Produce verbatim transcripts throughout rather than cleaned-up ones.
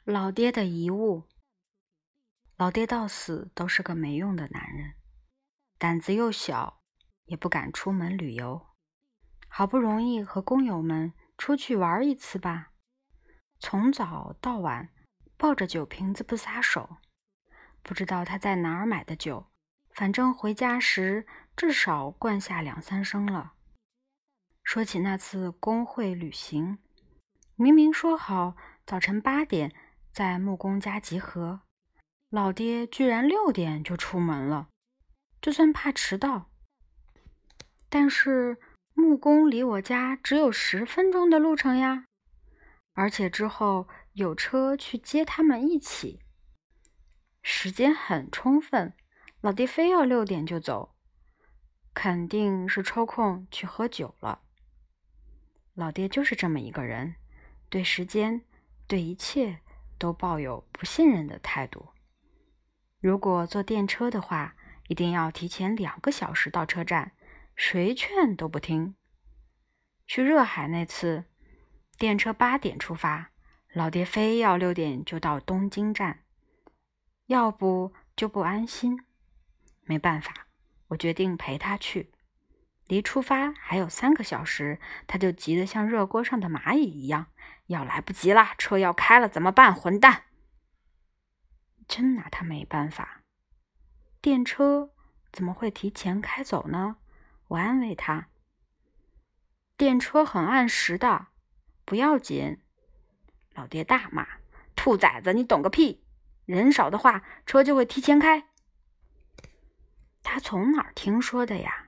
老爹的遗物。老爹到死都是个没用的男人，胆子又小，也不敢出门旅游。好不容易和工友们出去玩一次吧，从早到晚抱着酒瓶子不撒手。不知道他在哪儿买的酒，反正回家时至少灌下两三升了。说起那次工会旅行，明明说好早晨八点在木工家集合，老爹居然六点就出门了，就算怕迟到。但是木工离我家只有十分钟的路程呀，而且之后有车去接他们一起，时间很充分。老爹非要六点就走，肯定是抽空去喝酒了。老爹就是这么一个人，对时间，对一切都抱有不信任的态度。如果坐电车的话，一定要提前两个小时到车站，谁劝都不听。去热海那次，电车八点出发，老爹非要六点就到东京站，要不就不安心。没办法，我决定陪他去。离出发还有三个小时，他就急得像热锅上的蚂蚁一样，要来不及了，车要开了怎么办？混蛋！真拿他没办法。电车怎么会提前开走呢？我安慰他。电车很按时的，不要紧。老爹大骂：兔崽子，你懂个屁！人少的话，车就会提前开。他从哪儿听说的呀？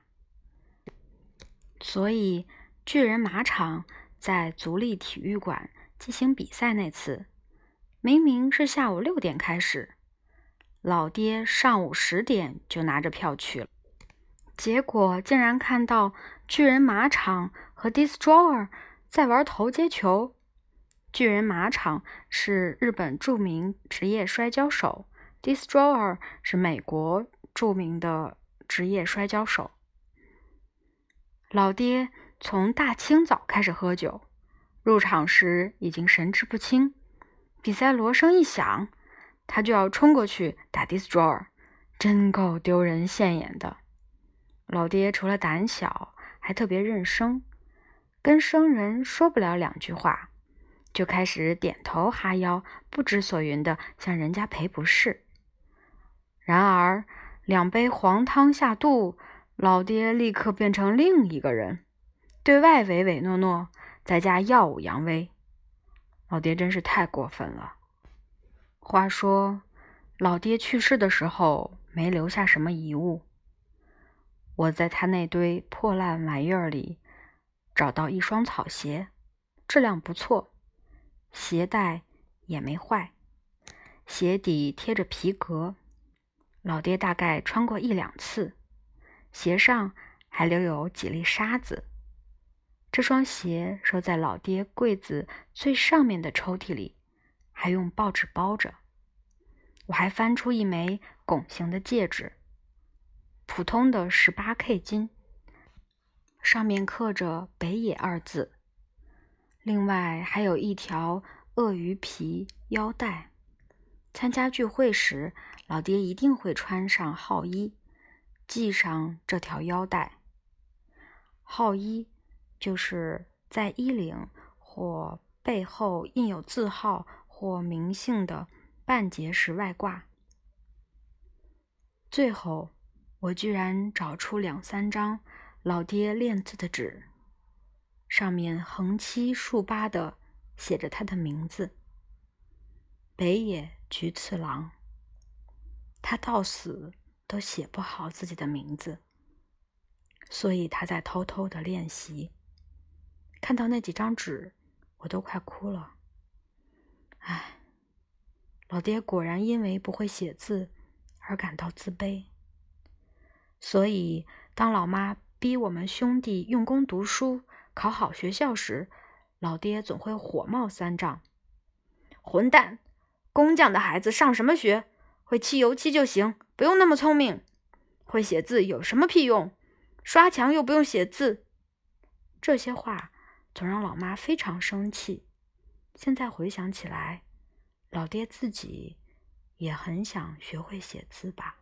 所以巨人马场在足力体育馆进行比赛那次，明明是下午六点开始，老爹上午十点就拿着票去了，结果竟然看到巨人马场和 Destroyer 在玩投接球。巨人马场是日本著名职业摔跤手， Destroyer 是美国著名的职业摔跤手。老爹从大清早开始喝酒，入场时已经神志不清，比赛锣声一响，他就要冲过去打 Destroyer， 真够丢人现眼的。老爹除了胆小，还特别认生，跟生人说不了两句话，就开始点头哈腰，不知所云的向人家赔不是。然而两杯黄汤下肚，老爹立刻变成另一个人，对外唯唯诺诺，在家耀武扬威。老爹真是太过分了。话说，老爹去世的时候没留下什么遗物，我在他那堆破烂玩意儿里找到一双草鞋，质量不错，鞋带也没坏，鞋底贴着皮革，老爹大概穿过一两次，鞋上还留有几粒沙子。这双鞋收在老爹柜子最上面的抽屉里，还用报纸包着。我还翻出一枚拱形的戒指，普通的 十八K 金，上面刻着北野二字。另外还有一条鳄鱼皮腰带。参加聚会时，老爹一定会穿上号衣，系上这条腰带。号衣就是在衣领或背后印有字号或名姓的半结实外挂。最后，我居然找出两三张老爹练字的纸，上面横七竖八的写着他的名字：北野菊次郎。他到死都写不好自己的名字，所以他在偷偷的练习。看到那几张纸，我都快哭了。唉，老爹果然因为不会写字而感到自卑。所以当老妈逼我们兄弟用功读书，考好学校时，老爹总会火冒三丈：混蛋，工匠的孩子上什么学？会漆油漆就行，不用那么聪明。会写字有什么屁用？刷墙又不用写字。这些话总让老妈非常生气。现在回想起来， 老爹自己也很想学会写字吧。